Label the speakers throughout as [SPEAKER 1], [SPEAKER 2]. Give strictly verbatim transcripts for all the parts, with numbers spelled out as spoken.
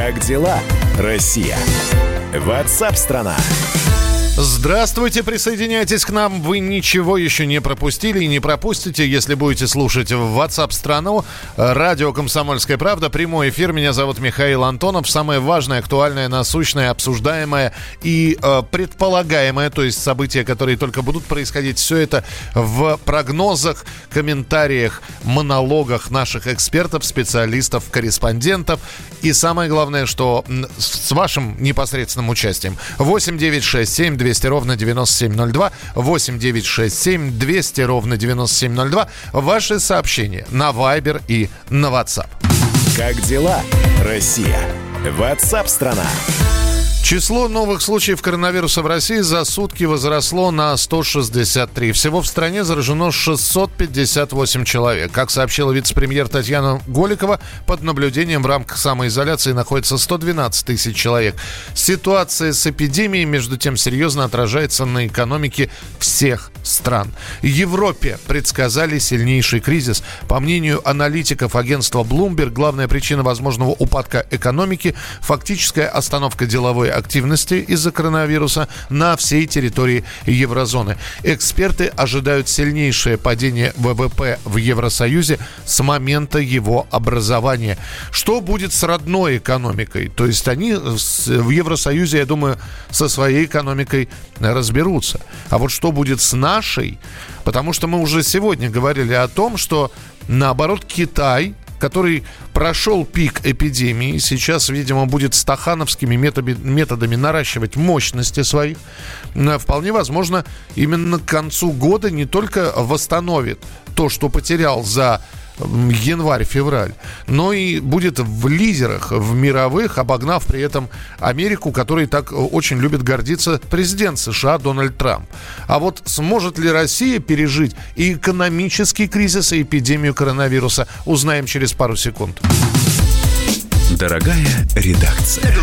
[SPEAKER 1] Как дела, Россия? WhatsApp-страна.
[SPEAKER 2] Здравствуйте, присоединяйтесь к нам. Вы ничего еще не пропустили и не пропустите, если будете слушать в WhatsApp-страну. Радио «Комсомольская правда», прямой эфир. Меня зовут Михаил Антонов. Самое важное, актуальное, насущное, обсуждаемое и э, предполагаемое, то есть события, которые только будут происходить, все это в прогнозах, комментариях, монологах наших экспертов, специалистов, корреспондентов. И самое главное, что с вашим непосредственным участием. восемь девятьсот шестьдесят семь двести ровно девяносто семь ноль два. восемь девятьсот шестьдесят семь двести ровно девяносто семь ноль два. Ваши сообщения на Viber и на WhatsApp.
[SPEAKER 1] Как дела, Россия? WhatsApp-страна.
[SPEAKER 2] Число новых случаев коронавируса в России за сутки возросло на сто шестьдесят три. Всего в стране заражено шестьсот пятьдесят восемь человек. Как сообщила вице-премьер Татьяна Голикова, под наблюдением в рамках самоизоляции находится сто двенадцать тысяч человек. Ситуация с эпидемией, между тем, серьезно отражается на экономике всех стран. Европе предсказали сильнейший кризис. По мнению аналитиков агентства Bloomberg, главная причина возможного упадка экономики – фактическая остановка деловой активности из-за коронавируса на всей территории еврозоны. Эксперты ожидают сильнейшее падение ВВП в Евросоюзе с момента его образования. Что будет с родной экономикой? То есть они в Евросоюзе, я думаю, со своей экономикой разберутся. А вот что будет с нашей? Потому что мы уже сегодня говорили о том, что наоборот Китай, который прошел пик эпидемии, сейчас, видимо, будет стахановскими методами, методами наращивать мощности своих. Вполне возможно, именно к концу года не только восстановит то, что потерял за январь-февраль, но и будет в лидерах, в мировых, обогнав при этом Америку, которой так очень любит гордиться президент США Дональд Трамп. А вот сможет ли Россия пережить и экономический кризис, и эпидемию коронавируса, узнаем через пару секунд.
[SPEAKER 1] Дорогая редакция.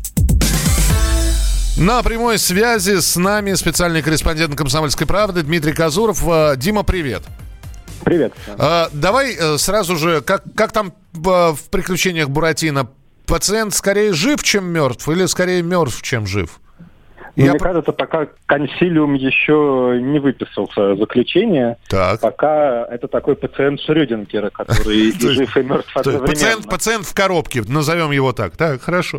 [SPEAKER 2] На прямой связи с нами специальный корреспондент «Комсомольской правды» Дмитрий Казуров. Дима, привет.
[SPEAKER 3] Привет.
[SPEAKER 2] А, давай сразу же, как, как там в «Приключениях Буратино»? Пациент скорее жив, чем мертв, или скорее мертв, чем жив?
[SPEAKER 3] Мне
[SPEAKER 2] Я...
[SPEAKER 3] кажется, пока консилиум еще не выписался заключение,
[SPEAKER 2] так.
[SPEAKER 3] Пока это такой пациент Шрёдингера, который и жив, и мертв одновременно.
[SPEAKER 2] Пациент, пациент в коробке, назовем его так. Так, хорошо.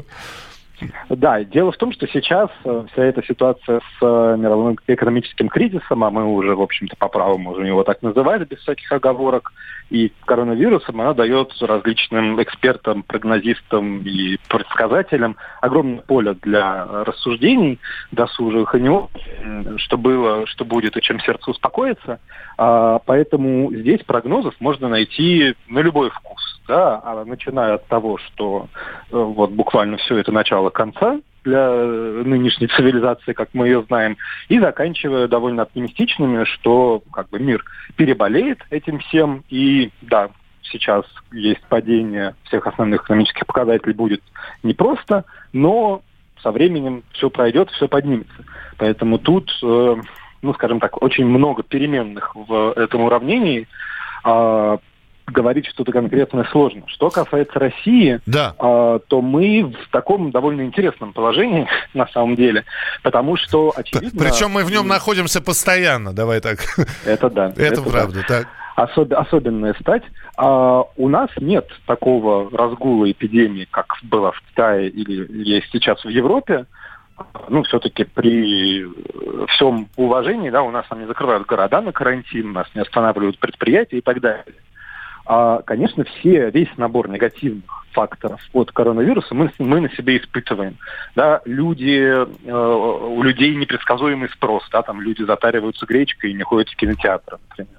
[SPEAKER 3] Да, дело в том, что сейчас вся эта ситуация с мировым экономическим кризисом, а мы уже, в общем-то, по праву можем его так называть, без всяких оговорок, и коронавирусом, она дает различным экспертам, прогнозистам и предсказателям огромное поле для рассуждений досужих, и не очень, что было, что будет, и чем сердце успокоится. А, поэтому здесь прогнозов можно найти на любой вкус, да, а начиная от того, что вот буквально все это начало конца для нынешней цивилизации, как мы ее знаем, и заканчивая довольно оптимистичными, что как бы мир переболеет этим всем, и да, сейчас есть падение всех основных экономических показателей, будет непросто, но со временем все пройдет, все поднимется. Поэтому тут, э, ну, скажем так, очень много переменных в этом уравнении. Э, говорить что-то конкретное сложно. Что касается России,
[SPEAKER 2] да.
[SPEAKER 3] э, то мы в таком довольно интересном положении, на самом деле, потому что, очевидно...
[SPEAKER 2] Причем мы в нем находимся постоянно, давай так.
[SPEAKER 3] Это да.
[SPEAKER 2] Это, это правда, да. так.
[SPEAKER 3] Особ... Особенная стать. А, у нас нет такого разгула эпидемии, как было в Китае или есть сейчас в Европе. Ну, все-таки при всем уважении, да, у нас там не закрывают города на карантин, нас не останавливают предприятия и так далее. А, конечно, все, весь набор негативных факторов от коронавируса мы, мы на себе испытываем. Да, люди, э, у людей непредсказуемый спрос, да, там люди затариваются гречкой и не ходят в кинотеатр, например.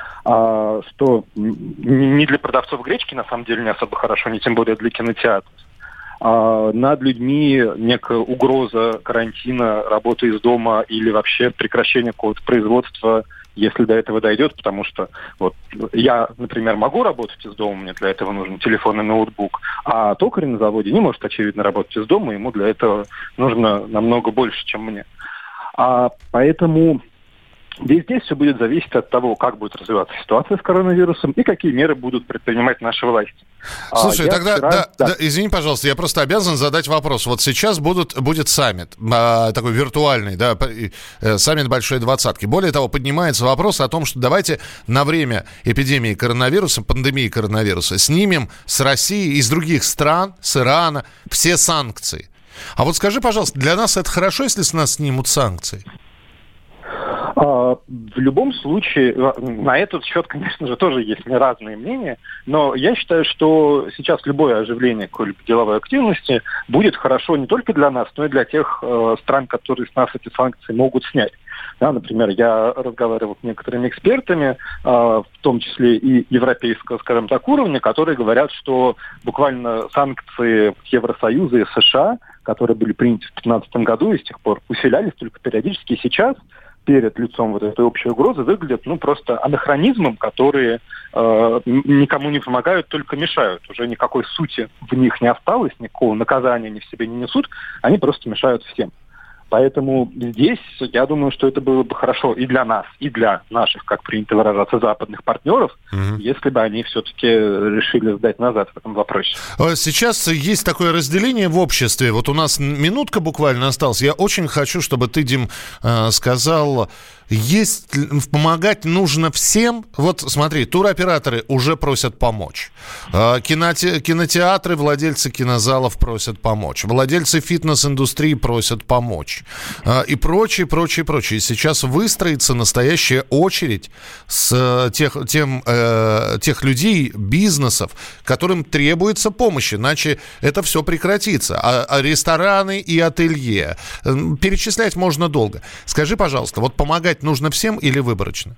[SPEAKER 3] А, что не для продавцов гречки, на самом деле, не особо хорошо, не тем более для кинотеатров. А, над людьми некая угроза карантина, работы из дома или вообще прекращения какого-то производства, если до этого дойдет, потому что вот я, например, могу работать из дома, мне для этого нужен телефон и ноутбук, а токарь на заводе не может, очевидно, работать из дома, ему для этого нужно намного больше, чем мне. А, поэтому И здесь все будет зависеть от того, как будет развиваться ситуация с коронавирусом и какие меры будут предпринимать наши власти.
[SPEAKER 2] Слушай,
[SPEAKER 3] а
[SPEAKER 2] тогда,
[SPEAKER 3] вчера...
[SPEAKER 2] да,
[SPEAKER 3] да.
[SPEAKER 2] Да, извини, пожалуйста, я просто обязан задать вопрос. Вот сейчас будут, будет саммит, а, такой виртуальный, да, саммит Большой Двадцатки. Более того, поднимается вопрос о том, что давайте на время эпидемии коронавируса, пандемии коронавируса, снимем с России и с других стран, с Ирана, все санкции. А вот скажи, пожалуйста, для нас это хорошо, если с нас снимут санкции?
[SPEAKER 3] В любом случае, на этот счет, конечно же, тоже есть разные мнения, но я считаю, что сейчас любое оживление какой-либо деловой активности будет хорошо не только для нас, но и для тех э, стран, которые с нас эти санкции могут снять. Да, например, я разговаривал с некоторыми экспертами, э, в том числе и европейского, скажем так, уровня, которые говорят, что буквально санкции Евросоюза и США, которые были приняты в две тысячи пятнадцатом году и с тех пор усилялись только периодически, сейчас перед лицом вот этой общей угрозы выглядят ну, просто анахронизмом, которые э, никому не помогают, только мешают. Уже никакой сути в них не осталось, никакого наказания они в себе не несут, они просто мешают всем. Поэтому здесь, я думаю, что это было бы хорошо и для нас, и для наших, как принято выражаться, западных партнеров, mm-hmm. если бы они все-таки решили сдать назад в этом вопросе.
[SPEAKER 2] Сейчас есть такое разделение в обществе. Вот у нас минутка буквально осталась. Я очень хочу, чтобы ты, Дим, сказал... Есть, помогать нужно всем. Вот смотри, туроператоры уже просят помочь. Киноте, кинотеатры, владельцы кинозалов просят помочь. Владельцы фитнес-индустрии просят помочь. И прочее, прочее, прочее. Сейчас выстроится настоящая очередь с тех, тем, э, тех людей, бизнесов, которым требуется помощь. Иначе это все прекратится. А, а рестораны и ателье. Перечислять можно долго. Скажи, пожалуйста, вот помогать нужно всем или выборочно?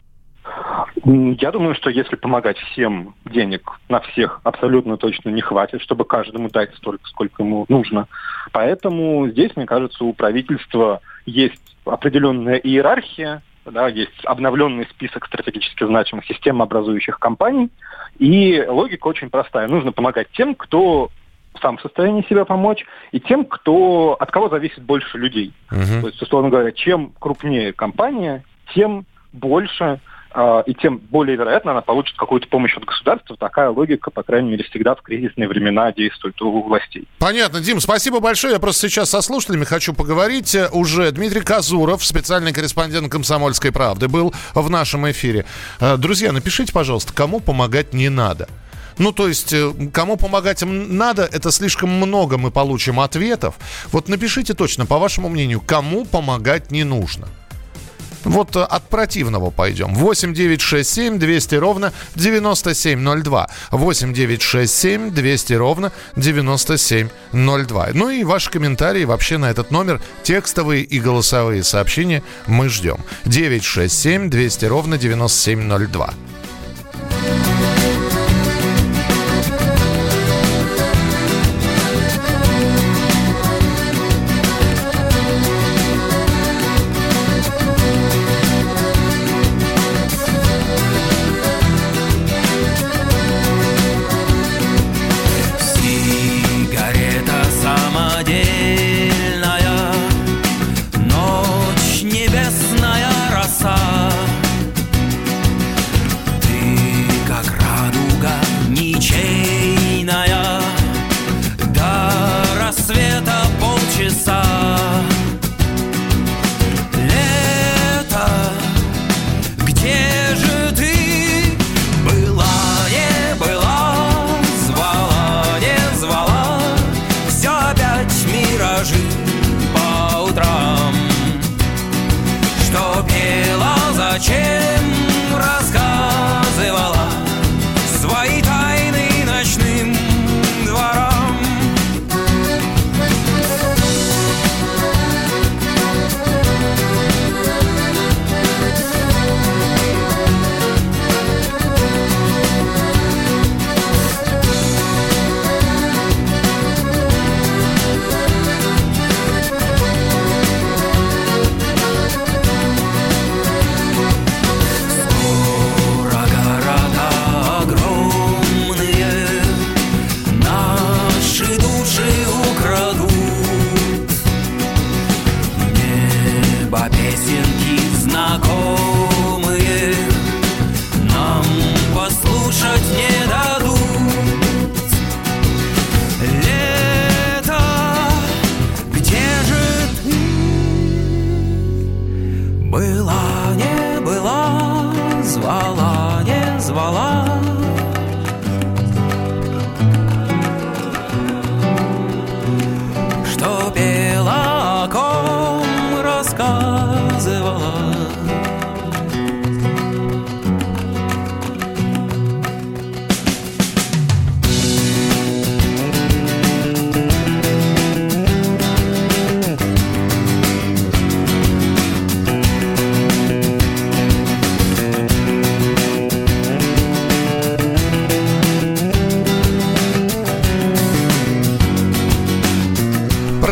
[SPEAKER 3] Я думаю, что если помогать всем, денег на всех абсолютно точно не хватит, чтобы каждому дать столько, сколько ему нужно. Поэтому здесь, мне кажется, у правительства есть определенная иерархия, да, есть обновленный список стратегически значимых системообразующих компаний, и логика очень простая. Нужно помогать тем, кто сам в состоянии себя помочь, и тем, кто, от кого зависит больше людей. Uh-huh. То есть, условно говоря, чем крупнее компания, тем больше э, и тем более вероятно она получит какую-то помощь от государства. Такая логика, по крайней мере, всегда в кризисные времена действует у властей.
[SPEAKER 2] Понятно. Дим, спасибо большое. Я просто сейчас со слушателями хочу поговорить. Уже Дмитрий Казуров, специальный корреспондент «Комсомольской правды», был в нашем эфире. Друзья, напишите, пожалуйста, кому помогать не надо. Ну, то есть, кому помогать надо, это слишком много мы получим ответов. Вот напишите точно, по вашему мнению, кому помогать не нужно. Вот от противного пойдем. восемь девятьсот шестьдесят семь двести ровно девяносто семь ноль два. восемь девятьсот шестьдесят семь двести ровно девяносто семь ноль два. Ну и ваши комментарии вообще на этот номер, текстовые и голосовые сообщения мы ждем. девятьсот шестьдесят семь двести ровно девяносто семь ноль два.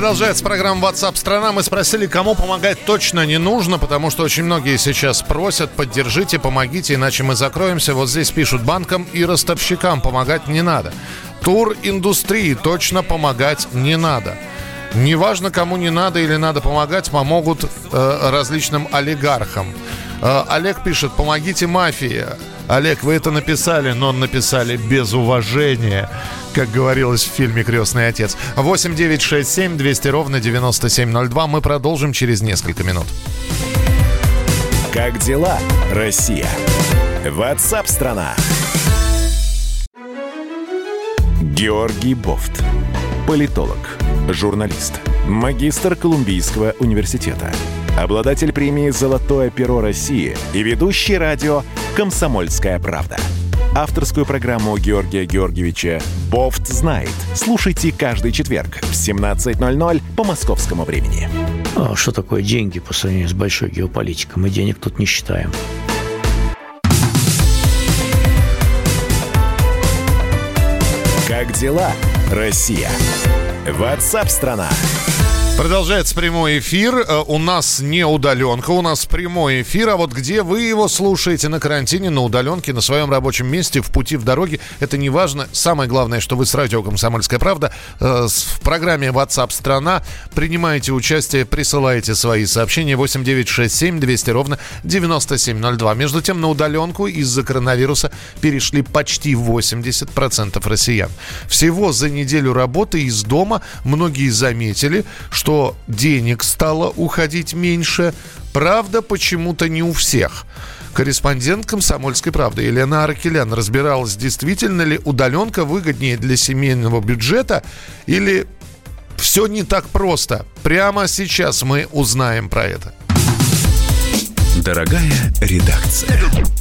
[SPEAKER 2] Продолжается программа WhatsApp страна. Мы спросили, кому помогать точно не нужно, потому что очень многие сейчас просят: поддержите, помогите, иначе мы закроемся. Вот здесь пишут: банкам и ростовщикам помогать не надо. Туриндустрии точно помогать не надо. Неважно, кому не надо или надо помогать, помогут э, различным олигархам. Э, Олег пишет: помогите мафии. Олег, вы это написали, но написали без уважения, как говорилось в фильме «Крестный отец». восемь девятьсот шестьдесят семь двести ровно девяносто семь ноль два. Мы продолжим через несколько минут.
[SPEAKER 1] Как дела, Россия? WhatsApp страна. Георгий Бофт. Политолог, журналист, магистр Колумбийского университета, обладатель премии «Золотое перо России» и ведущий радио «Комсомольская правда». Авторскую программу Георгия Георгиевича «Бофт знает». Слушайте каждый четверг в семнадцать ноль ноль по московскому времени.
[SPEAKER 4] А что такое деньги по сравнению с большой геополитикой? Мы денег тут не считаем.
[SPEAKER 1] Как дела, Россия? WhatsApp страна.
[SPEAKER 2] Продолжается прямой эфир. У нас не удаленка, у нас прямой эфир. А вот где вы его слушаете: на карантине, на удаленке, на своем рабочем месте, в пути, в дороге, это не важно. Самое главное, что вы с радио «Комсомольская правда» э, в программе WhatsApp страна принимаете участие, присылаете свои сообщения. восемь девятьсот шестьдесят семь двести ровно девяносто семь ноль два. Между тем, на удаленку из-за коронавируса перешли почти восемьдесят процентов россиян. Всего за неделю работы из дома многие заметили, что что денег стало уходить меньше. Правда, почему-то не у всех. Корреспондент «Комсомольской правды» Елена Аракелян разбиралась, действительно ли удаленка выгоднее для семейного бюджета или все не так просто. Прямо сейчас мы узнаем про это.
[SPEAKER 1] Дорогая редакция.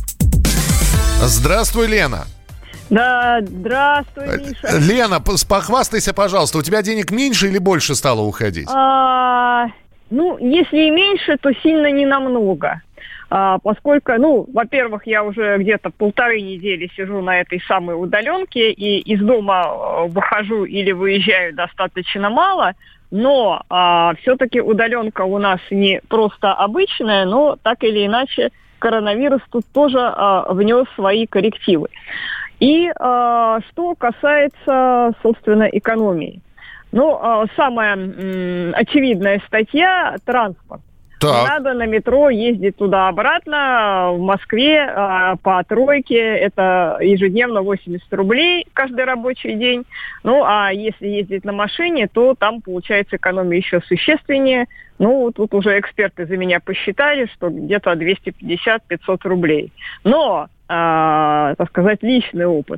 [SPEAKER 2] Здравствуй, Лена.
[SPEAKER 5] Да, здравствуй, Миша.
[SPEAKER 2] Лена, похвастайся, пожалуйста, у тебя денег меньше или больше стало уходить?
[SPEAKER 5] А, ну, если и меньше, то сильно не намного. А, поскольку, ну, во-первых, я уже где-то полторы недели сижу на этой самой удаленке, и из дома выхожу или выезжаю достаточно мало, но а, все-таки удаленка у нас не просто обычная, но так или иначе коронавирус тут тоже а, внес свои коррективы. И э, что касается, собственно, экономии. Ну, э, самая э, очевидная статья – транспорт. Так. Надо на метро ездить туда-обратно. В Москве э, по тройке это ежедневно восемьдесят рублей каждый рабочий день. Ну, а если ездить на машине, то там получается экономия еще существеннее. Ну, тут уже эксперты за меня посчитали, что где-то двести пятьдесят - пятьсот рублей. Но... А, так сказать, личный опыт.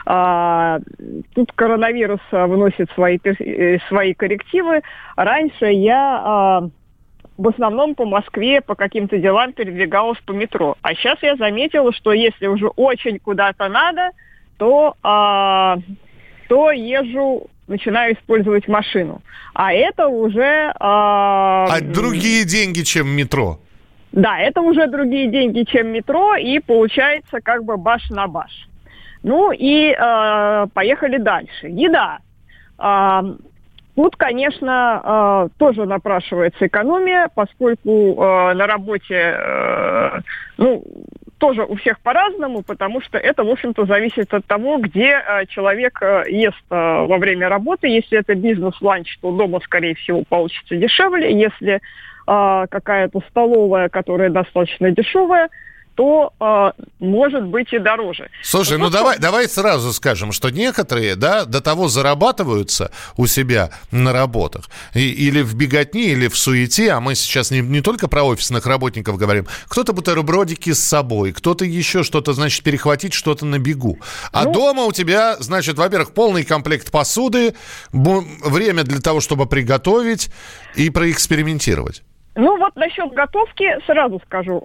[SPEAKER 5] А, тут коронавирус вносит свои, свои коррективы. Раньше я а, в основном по Москве по каким-то делам передвигалась по метро. А сейчас я заметила, что если уже очень куда-то надо, то, а, то езжу, начинаю использовать машину. А это уже... А,
[SPEAKER 2] а другие деньги, чем метро?
[SPEAKER 5] Да, это уже другие деньги, чем метро, и получается как бы баш на баш. Ну и э, поехали дальше. Еда. Э, тут, конечно, э, тоже напрашивается экономия, поскольку э, на работе, э, ну, тоже у всех по-разному, потому что это, в общем-то, зависит от того, где э, человек э, ест э, во время работы. Если это бизнес-ланч, то дома, скорее всего, получится дешевле. Если какая-то столовая, которая достаточно дешевая, то э, может быть и дороже.
[SPEAKER 2] Слушай, ну, ну давай, давай сразу скажем, что некоторые, да, до того зарабатываются у себя на работах, и, или в беготне, или в суете, а мы сейчас не, не только про офисных работников говорим, кто-то бутербродики с собой, кто-то еще что-то, значит, перехватить что-то на бегу. А ну, дома у тебя, значит, во-первых, полный комплект посуды, время для того, чтобы приготовить и проэкспериментировать.
[SPEAKER 5] Ну вот насчет готовки сразу скажу.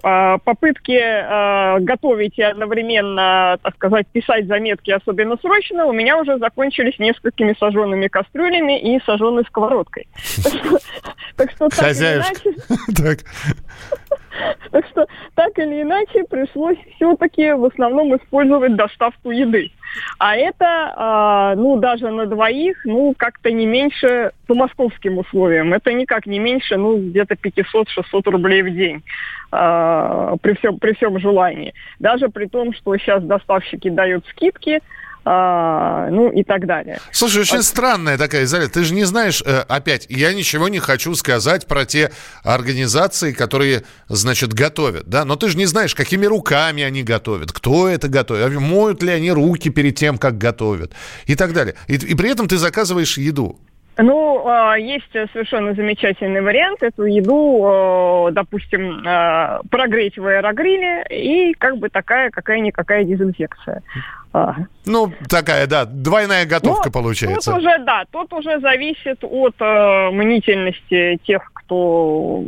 [SPEAKER 5] Попытки готовить и одновременно, так сказать, писать заметки, особенно срочно, у меня уже закончились несколькими сожженными кастрюлями и сожженной сковородкой. Так что так или иначе... Так что, так или иначе, пришлось все-таки в основном использовать доставку еды. А это, ну, даже на двоих, ну, как-то не меньше по московским условиям. Это никак не меньше, ну, где-то пятьсот-шестьсот рублей в день при всем, при всем желании. Даже при том, что сейчас доставщики дают скидки, А, ну и так далее.
[SPEAKER 2] Слушай, очень а... странная такая изоляция. Ты же не знаешь, э, опять, я ничего не хочу сказать про те организации, которые, значит, готовят, да, но ты же не знаешь, какими руками они готовят, кто это готовит, моют ли они руки перед тем, как готовят и так далее. И, и при этом ты заказываешь еду.
[SPEAKER 5] Ну, есть совершенно замечательный вариант. Эту еду, допустим, прогреть в аэрогриле, и как бы такая какая-никакая дезинфекция.
[SPEAKER 2] Ну, такая, да, двойная готовка. Но получается.
[SPEAKER 5] Тут уже, да, тут уже зависит от э, мнительности тех, кто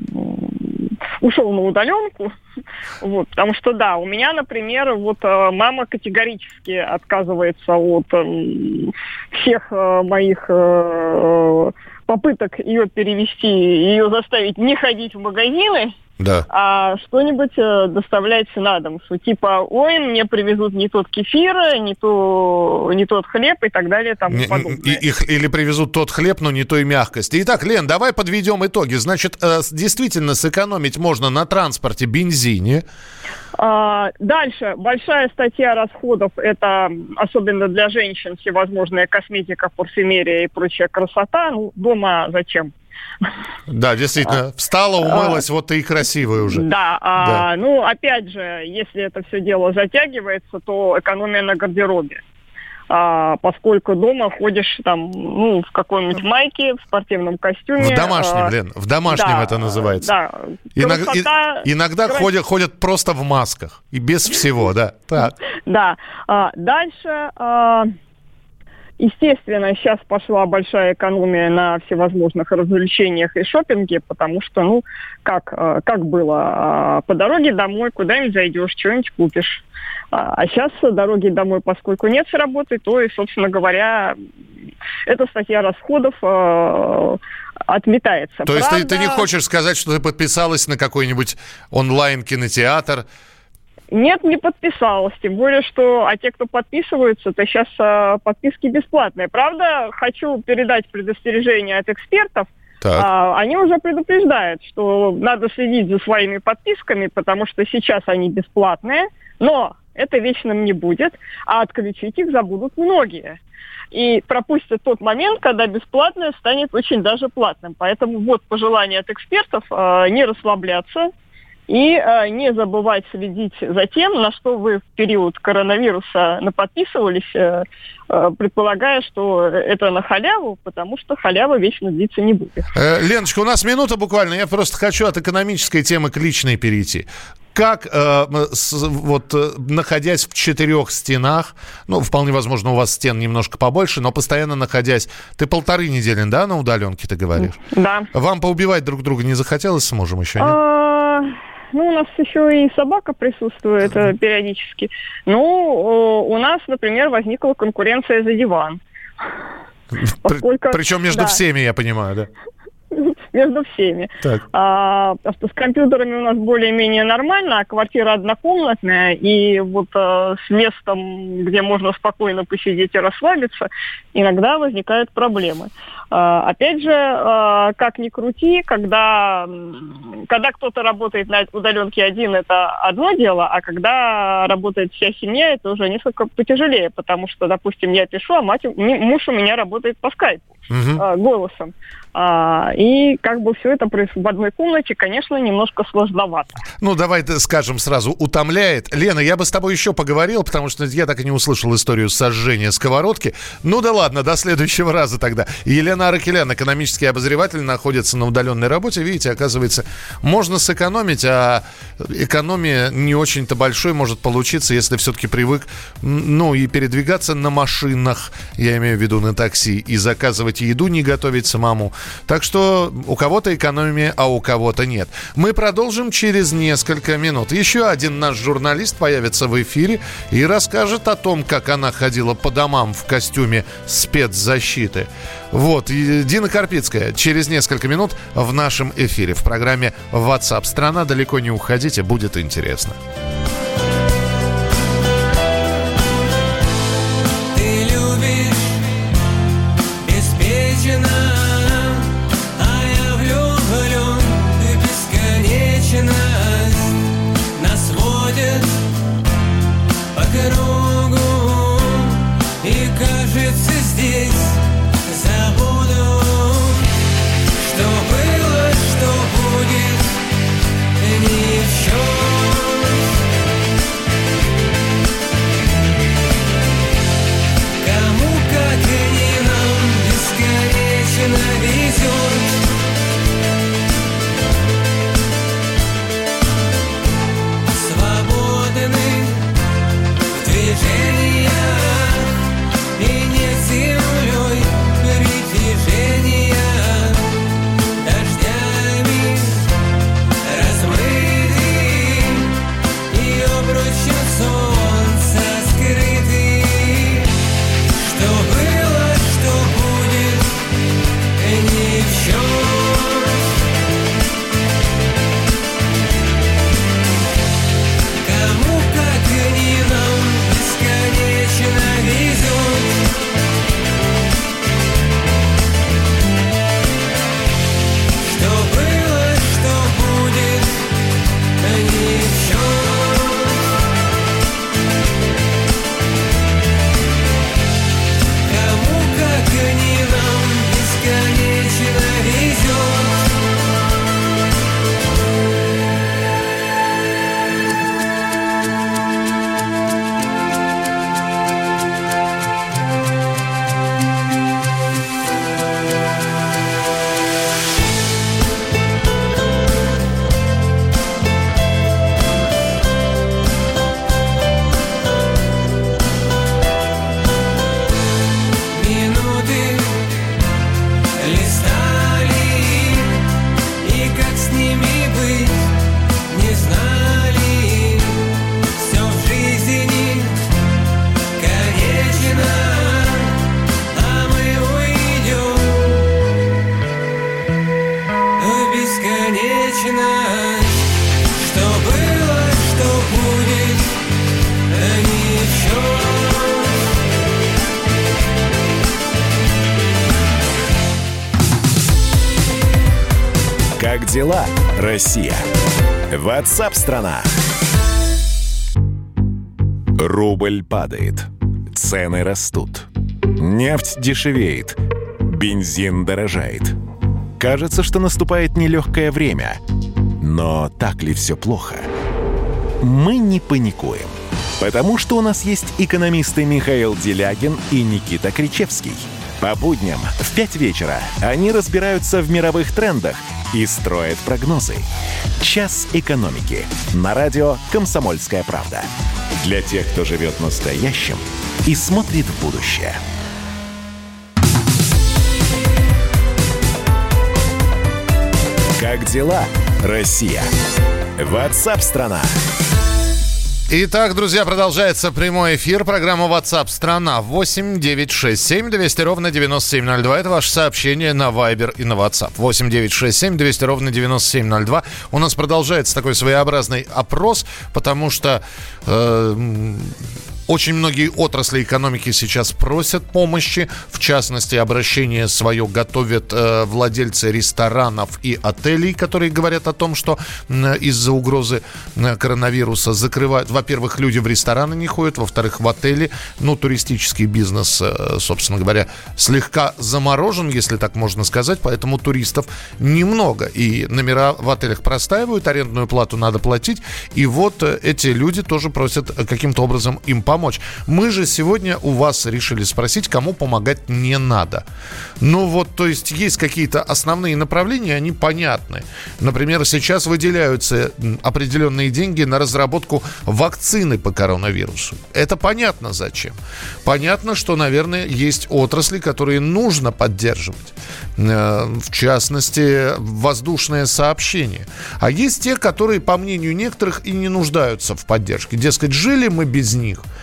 [SPEAKER 5] ушел на удаленку. Вот, потому что, да, у меня, например, вот мама категорически отказывается от э, всех э, моих э, попыток ее перевести, ее заставить не ходить в магазины,
[SPEAKER 2] да.
[SPEAKER 5] а что-нибудь э, доставлять на дом. Что типа, ой, мне привезут не тот кефир, не, то, не тот хлеб и так далее, тому
[SPEAKER 2] не,
[SPEAKER 5] подобное.
[SPEAKER 2] И, их, или привезут тот хлеб, но не той мягкости. Итак, Лен, давай подведем итоги. Значит, э, действительно сэкономить можно на транспорте, бензине.
[SPEAKER 5] А, дальше. Большая статья расходов, это особенно для женщин всевозможная косметика, парфюмерия и прочая красота. Ну, дома зачем?
[SPEAKER 2] Да, действительно, встала, умылась, а, вот ты и красивая уже.
[SPEAKER 5] Да, а, да, ну, опять же, если это все дело затягивается, то экономия на гардеробе. А, поскольку дома ходишь там, ну, в какой-нибудь майке, в спортивном костюме.
[SPEAKER 2] В домашнем, а, Лен, в домашнем да, это называется. Да. Иногда, красота, и, иногда ходят, ходят просто в масках и без всего, да. Так.
[SPEAKER 5] Да. А, дальше... А... Естественно, сейчас пошла большая экономия на всевозможных развлечениях и шопинге, потому что, ну, как, как было, по дороге домой куда-нибудь зайдешь, что-нибудь купишь. А сейчас дороги домой, поскольку нет с работы, то и, собственно говоря, эта статья расходов э, отметается.
[SPEAKER 2] То есть ты, ты не хочешь сказать, что ты подписалась на какой-нибудь онлайн-кинотеатр?
[SPEAKER 5] Нет, не подписалась. Тем более, что а те, кто подписываются, то сейчас а, подписки бесплатные. Правда, хочу передать предостережение от экспертов. А, они уже предупреждают, что надо следить за своими подписками, потому что сейчас они бесплатные, но это вечным не будет, а отключить их забудут многие. И пропустят тот момент, когда бесплатное станет очень даже платным. Поэтому вот пожелание от экспертов а, не расслабляться, и э, не забывать следить за тем, на что вы в период коронавируса наподписывались, э, э, предполагая, что это на халяву, потому что халява вечно длиться не будет.
[SPEAKER 2] Э, Леночка, у нас минута буквально. Я просто хочу от экономической темы к личной перейти. Как, э, с, вот, находясь в четырех стенах, ну, вполне возможно, у вас стен немножко побольше, но постоянно находясь... Ты полторы недели, да, на удаленке, ты говоришь?
[SPEAKER 5] Да.
[SPEAKER 2] Вам поубивать друг друга не захотелось с мужем еще, нет?
[SPEAKER 5] А... Ну, у нас еще и собака присутствует uh-huh. периодически. Ну, у нас, например, возникла конкуренция за диван.
[SPEAKER 2] Поскольку... Причем между да. всеми, я понимаю, да?
[SPEAKER 5] Между всеми. А, потому что с компьютерами у нас более-менее нормально, а квартира однокомнатная, и вот а, с местом, где можно спокойно посидеть и расслабиться, иногда возникают проблемы. А, опять же, а, как ни крути, когда, когда кто-то работает на удаленке один, это одно дело, а когда работает вся семья, это уже несколько потяжелее, потому что, допустим, я пишу, а мать, муж у меня работает по скайпу, uh-huh. а, голосом. А, и как бы все это происходит в одной комнате, конечно, немножко сложновато.
[SPEAKER 2] Ну, давай скажем сразу, утомляет. Лена, я бы с тобой еще поговорил, потому что я так и не услышал историю сожжения сковородки. Ну да ладно, до следующего раза тогда. Елена Аракелян, экономический обозреватель, находится на удаленной работе. Видите, оказывается, можно сэкономить, а экономия не очень-то большой может получиться, если все-таки привык, ну, и передвигаться на машинах, я имею в виду на такси, и заказывать еду, не готовить самому. Так что у кого-то экономия, а у кого-то нет. Мы продолжим через несколько минут. Еще один наш журналист появится в эфире и расскажет о том, как она ходила по домам в костюме спецзащиты. Вот. Вот, и Дина Карпицкая через несколько минут в нашем эфире в программе WhatsApp страна. Далеко не уходите, будет интересно.
[SPEAKER 6] Ты любишь беспечно, а я влюблен в бесконечность. Нас водят по кругу, и кажется здесь забуду, что было, что будет, ни в чем. Кому, как и не нам, бесконечно везет. Свободны в движениях, и нет землей притяжения. Дождями размыты и обручем солнца скрыты. Что было, что будет, ни в чем. Кому, как и не нам, бесконечно везет. Что было, что будет, ни в чем. Кому, как и не нам, бесконечно везет. Минуты листали, и как с ними быть, не знали. Все в жизни конечно, а мы уйдем в бесконечность. Что было, что будет, ни в чем.
[SPEAKER 1] Как дела, Россия? WhatsApp-страна. Рубль падает. Цены растут. Нефть дешевеет. Бензин дорожает. Кажется, что наступает нелегкое время. Но так ли все плохо? Мы не паникуем. Потому что у нас есть экономисты Михаил Делягин и Никита Кричевский. По будням в пять вечера они разбираются в мировых трендах и строят прогнозы. «Час экономики» на радио «Комсомольская правда». Для тех, кто живет настоящим и смотрит в будущее. Как дела, Россия? WhatsApp-страна.
[SPEAKER 2] Итак, друзья, продолжается прямой эфир. Программа WhatsApp страна восемь девятьсот шестьдесят семь двести ровно девяносто семь ноль два. Это ваше сообщение на Viber и на WhatsApp. восемь девятьсот шестьдесят семь двести ровно девяносто семь ноль два. У нас продолжается такой своеобразный опрос, потому что э, очень многие отрасли экономики сейчас просят помощи. В частности, обращение свое готовят э, владельцы ресторанов и отелей, которые говорят о том, что э, из-за угрозы э, коронавируса закрывают. Во-первых, люди в рестораны не ходят. Во-вторых, в отели. Ну, туристический бизнес, э, собственно говоря, слегка заморожен, если так можно сказать. Поэтому туристов немного. И номера в отелях простаивают, арендную плату надо платить. И вот э, эти люди тоже просят э, каким-то образом им помочь. Помочь. Мы же сегодня у вас решили спросить, кому помогать не надо. Ну вот, то есть есть какие-то основные направления, они понятны. Например, сейчас выделяются определенные деньги на разработку вакцины по коронавирусу. Это понятно зачем. Понятно, что, наверное, есть отрасли, которые нужно поддерживать. В частности, воздушное сообщение. А есть те, которые, по мнению некоторых, и не нуждаются в поддержке. Дескать, жили мы без них.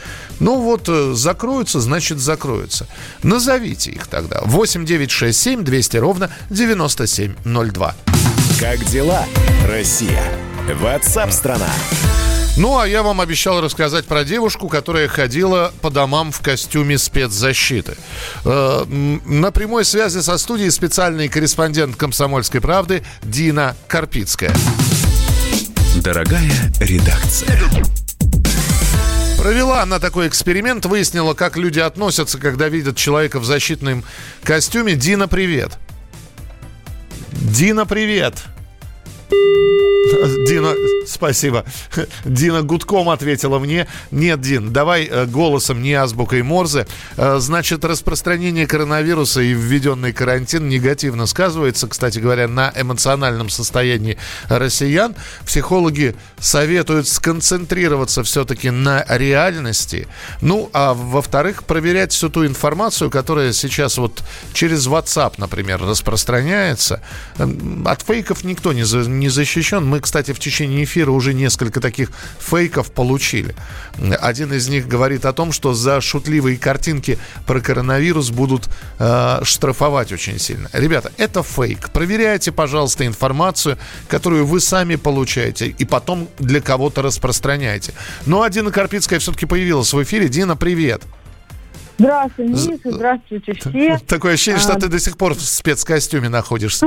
[SPEAKER 2] Ну вот, закроются, значит, закроются. Назовите их тогда. восемь девятьсот шестьдесят семь двести ровно девяносто семь ноль два.
[SPEAKER 1] Как дела, Россия? Ватсап-страна!
[SPEAKER 2] Ну, а я вам обещал рассказать про девушку, которая ходила по домам в костюме спецзащиты. Э, на прямой связи со студией специальный корреспондент «Комсомольской правды» Дина Карпицкая.
[SPEAKER 1] Дорогая редакция.
[SPEAKER 2] Провела она такой эксперимент, выяснила, как люди относятся, когда видят человека в защитном костюме. Дина, привет. Дина, привет. Дина, спасибо. Дина гудком ответила мне. Нет, Дин, давай голосом, не азбукой Морзе. Значит, распространение коронавируса и введенный карантин негативно сказывается, кстати говоря, на эмоциональном состоянии россиян. Психологи советуют сконцентрироваться все-таки на реальности. Ну, а во-вторых, проверять всю ту информацию, которая сейчас вот через WhatsApp, например, распространяется. От фейков никто не, за, не защищен. Мы, кстати, в течение эфира уже несколько таких фейков получили. Один из них говорит о том, что за шутливые картинки про коронавирус будут э, штрафовать очень сильно. Ребята, это фейк. Проверяйте, пожалуйста, информацию, которую вы сами получаете, и потом для кого-то распространяете. Ну, а Дина Карпицкая все-таки появилась в эфире. Дина, привет.
[SPEAKER 7] Здравствуй, Миша, здравствуйте все.
[SPEAKER 2] Такое ощущение, что
[SPEAKER 7] а...
[SPEAKER 2] ты до сих пор в спецкостюме находишься.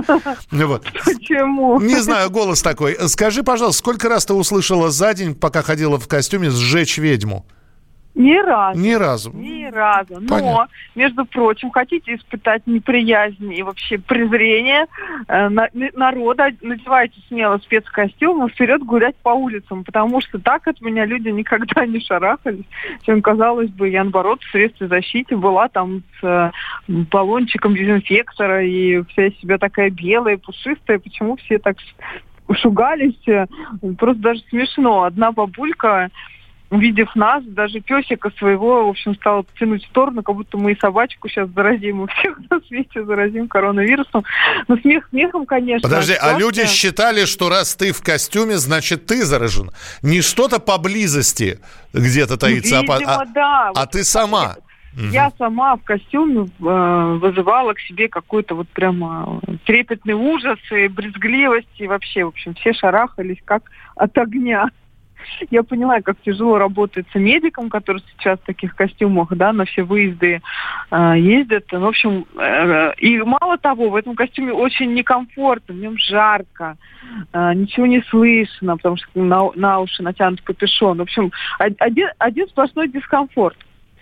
[SPEAKER 7] Почему?
[SPEAKER 2] Не знаю, голос такой. Скажи, пожалуйста, сколько раз ты услышала за день, пока ходила в костюме, «сжечь ведьму»?
[SPEAKER 7] Ни разу.
[SPEAKER 2] Ни разу.
[SPEAKER 7] Ни разу. Но,
[SPEAKER 2] Понятно.
[SPEAKER 7] между прочим, хотите испытать неприязнь и вообще презрение э, на, народа, надевайте смело спецкостюм и вперед гулять по улицам, потому что так от меня люди никогда не шарахались. Чем, казалось бы, я, наоборот, в средстве защиты была там с э, баллончиком дезинфектора и вся из себя такая белая, пушистая. Почему все так шугались? Просто даже смешно. Одна бабулька, увидев нас, даже песика своего, в общем, стала тянуть в сторону, как будто мы и собачку сейчас заразим, и всех на свете заразим коронавирусом. Но смех смехом, конечно.
[SPEAKER 2] Подожди, а
[SPEAKER 7] просто...
[SPEAKER 2] люди считали, что раз ты в костюме, значит, ты заражен. Не что-то поблизости где-то таится,
[SPEAKER 7] Видимо,
[SPEAKER 2] а,
[SPEAKER 7] да.
[SPEAKER 2] а
[SPEAKER 7] вот
[SPEAKER 2] ты сама.
[SPEAKER 7] Я сама в костюме э, вызывала к себе какой-то вот прямо трепетный ужас и брезгливость, и вообще, в общем, все шарахались как от огня. Я понимаю, как тяжело работается медикам, которые сейчас в таких костюмах, да, на все выезды э, ездят. В общем, э, и мало того, в этом костюме очень некомфортно, в нем жарко, э, ничего не слышно, потому что на, на уши натянут капюшон. В общем, один, один сплошной дискомфорт.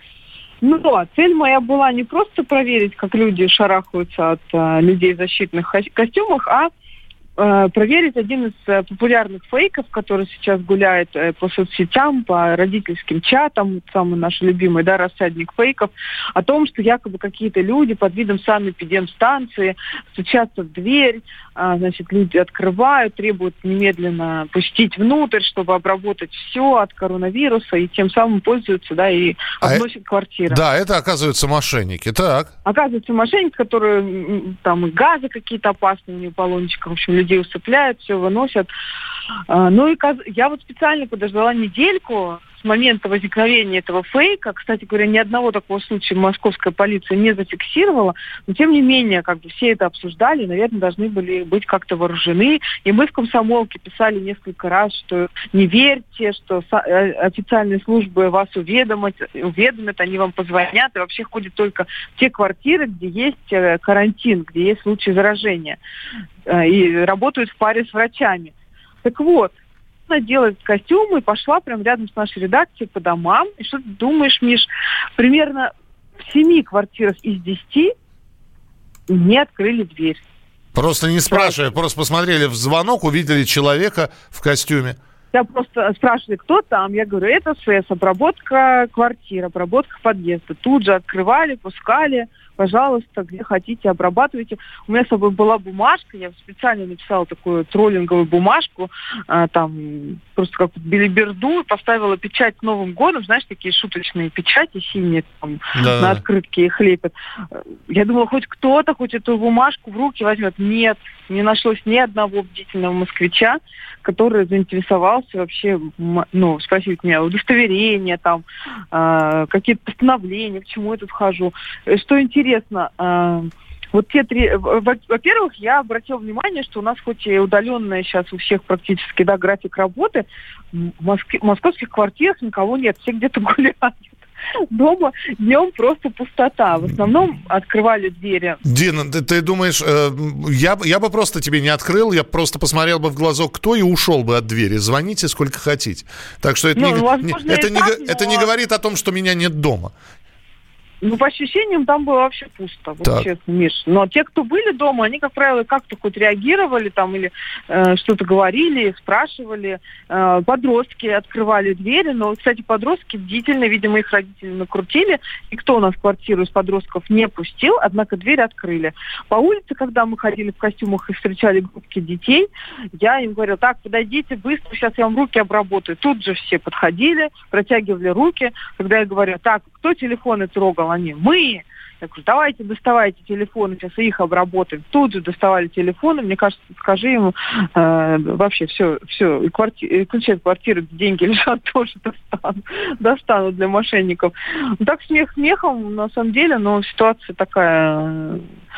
[SPEAKER 7] Но цель моя была не просто проверить, как люди шарахаются от э, людей в защитных ко- костюмах, а проверить один из э, популярных фейков, который сейчас гуляет э, по соцсетям, по родительским чатам, самый наш любимый, да, рассадник фейков, о том, что якобы какие-то люди под видом санэпидемстанции стучатся в дверь, э, значит, люди открывают, требуют немедленно пустить внутрь, чтобы обработать все от коронавируса, и тем самым пользуются, да, и обносят а квартиры.
[SPEAKER 2] Да, это, оказывается, мошенники, так.
[SPEAKER 7] Оказывается, мошенники, которые там и газы какие-то опасные, у них баллончиков, в общем, людей усыпляют, все выносят. Ну и я вот специально подождала недельку с момента возникновения этого фейка. Кстати говоря, ни одного такого случая московская полиция не зафиксировала, но тем не менее, как бы все это обсуждали, наверное, должны были быть как-то вооружены. И мы в «Комсомолке» писали несколько раз, что не верьте, что официальные службы вас уведомят, уведомят, они вам позвонят, и вообще ходят только в те квартиры, где есть карантин, где есть случаи заражения, и работают в паре с врачами. Так вот, она делает костюмы и пошла прямо рядом с нашей редакцией по домам. И что ты думаешь, Миш, примерно в семи квартирах из десяти не открыли дверь.
[SPEAKER 2] Просто не спрашивая, просто посмотрели в звонок, увидели человека в костюме.
[SPEAKER 7] Я просто спрашивали, кто там. Я говорю, это СЭС, обработка квартиры, обработка подъезда. Тут же открывали, пускали. Пожалуйста, где хотите, обрабатывайте. У меня с собой была бумажка, я специально написала такую троллинговую бумажку, а, там просто как билиберду, и поставила печать с Новым годом, знаешь, такие шуточные печати синие, там, да, на открытке их лепят. Я думала, хоть кто-то, хоть эту бумажку в руки возьмет. Нет, не нашлось ни одного бдительного москвича, который заинтересовался и вообще, ну, спросить меня удостоверение, там, э, какие-то постановления, к чему я тут вхожу. Что интересно, э, вот те три... Во-первых, я обратила внимание, что у нас хоть и удаленная сейчас у всех практически, да, график работы, в, Москве, в московских квартирах никого нет, все где-то гуляют. Дома днем просто пустота. В основном открывали двери.
[SPEAKER 2] Дина, ты, ты думаешь, э, я, я бы просто тебе не открыл, я просто посмотрел бы в глазок, кто, и ушел бы от двери. Звоните сколько хотите. Так что это, ну, не, возможно, не, это, не, так, это но... не говорит о том, что меня нет дома.
[SPEAKER 7] Ну, по ощущениям, там было вообще пусто, вот честно, Миш. Но те, кто были дома, они, как правило, как-то хоть реагировали там или э, что-то говорили, спрашивали. Э, подростки открывали двери, но, кстати, подростки бдительно, видимо, их родители накрутили. Никто у нас в квартиру из подростков не пустил, однако дверь открыли. По улице, когда мы ходили в костюмах и встречали группки детей, я им говорила: так, подойдите быстро, сейчас я вам руки обработаю. Тут же все подходили, протягивали руки. Когда я говорю: так, кто телефоны трогал? Они: мы. Я говорю: давайте, доставайте телефоны, сейчас их обработаем. Тут же доставали телефоны. Мне кажется, скажи ему, э, вообще все, все, и кварти... и ключи от квартиры, деньги лежат, тоже достанут, достанут для мошенников. Ну, так смех смехом, на самом деле, но ситуация такая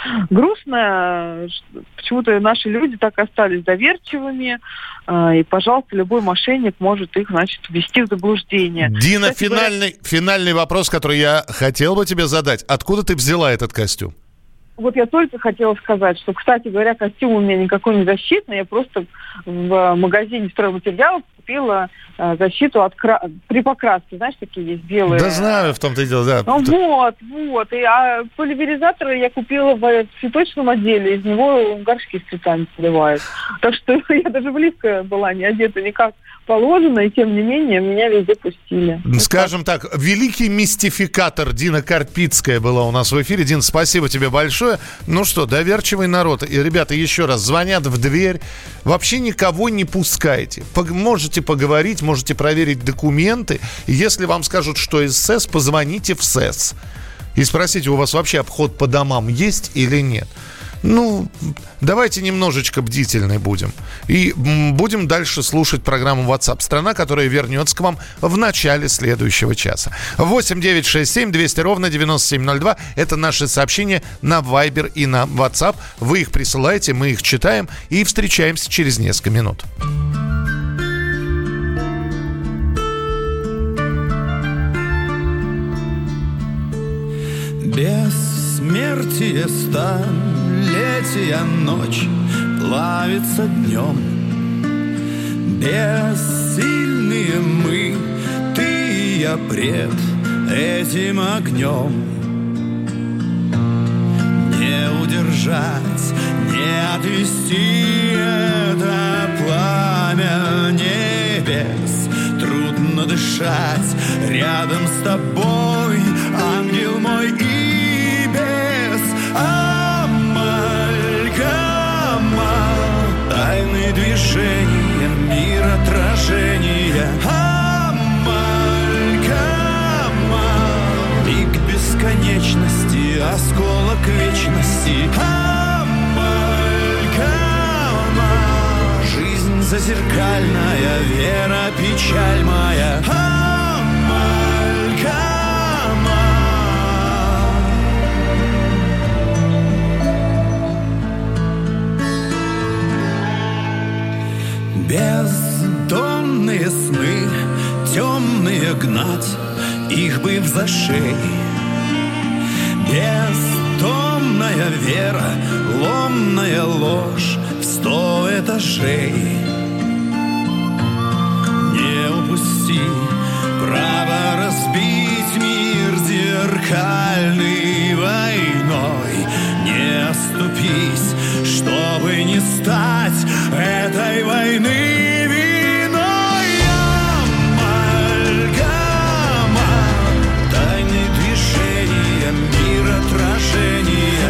[SPEAKER 7] грустная. Почему-то наши люди так и остались доверчивыми. Э, и, пожалуйста, любой мошенник может их, значит, ввести в заблуждение.
[SPEAKER 2] Дина, Кстати, финальный, говоря... финальный вопрос, который я хотел бы тебе задать. Откуда ты взяла этот костюм?
[SPEAKER 7] Вот я только хотела сказать, что, кстати говоря, костюм у меня никакой не защитный. Я просто в магазине стройматериалов купила э, защиту от кра... при покраске. Знаешь, такие есть белые.
[SPEAKER 2] Да знаю, в том-то и дело, да.
[SPEAKER 7] Ну, вот, вот. И, а поливеризаторы я купила в цветочном отделе. Из него горшки с цветами поливают. Так что я даже близко была не одета никак положено, и тем не менее меня везде пустили.
[SPEAKER 2] Скажем так, великий мистификатор Дина Карпицкая была у нас в эфире. Дин, спасибо тебе большое. Ну что, доверчивый народ. И, ребята, еще раз, звонят в дверь. Вообще никого не пускайте. Можете поговорить, можете проверить документы. Если вам скажут, что из СЭС, позвоните в СЭС. И спросите, у вас вообще обход по домам есть или нет. Ну, давайте немножечко бдительны будем. И будем дальше слушать программу WhatsApp страна, которая вернется к вам в начале следующего часа. восемь девятьсот шестьдесят семь двести ровно девяносто семь ноль два. Это наши сообщения на Viber и на WhatsApp. Вы их присылаете, мы их читаем и встречаемся через несколько минут.
[SPEAKER 8] Бессмертие столетия, ночь плавится днем. Бессильные мы, ты и я пред этим огнем. Не удержать, не отвести это пламя небес. Трудно дышать рядом с тобой, ангел мой, и без амальгама. Тайны движения, мир отражения. Амальгама. Миг бесконечности, осколок вечности. Амальгама. Жизнь зазеркальная, вера, печаль моя. Бездонные сны, темные гнать, их бы в зашей. Бездомная вера, ломная ложь в сто этажей. Не упусти право разбить мир зеркальной войной. Не оступись, чтобы не стать этой войны виной. Амальгама. Тайны движения, мир отражения.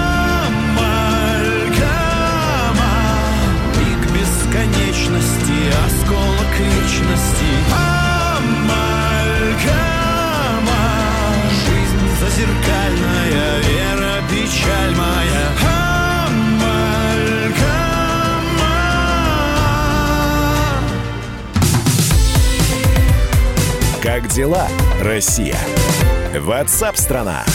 [SPEAKER 8] Амальгама. Миг бесконечности, осколок вечности. Амальгама. Жизнь зазеркальная,
[SPEAKER 1] дела, Россия? WhatsApp-страна.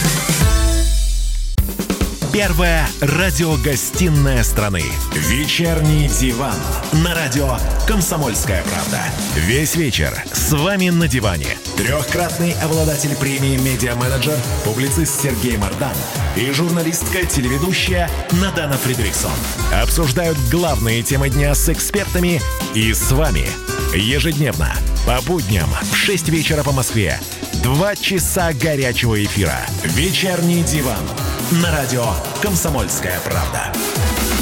[SPEAKER 1] Первая радиогостинная страны. Вечерний диван. На радио «Комсомольская правда». Весь вечер с вами на диване. Трехкратный обладатель премии «Медиа-менеджер», публицист Сергей Мардан и журналистка-телеведущая Надана Фридриксон обсуждают главные темы дня с экспертами и с вами. Ежедневно, по будням, в шесть вечера по Москве. Два часа горячего эфира. Вечерний диван. На радио «Комсомольская правда».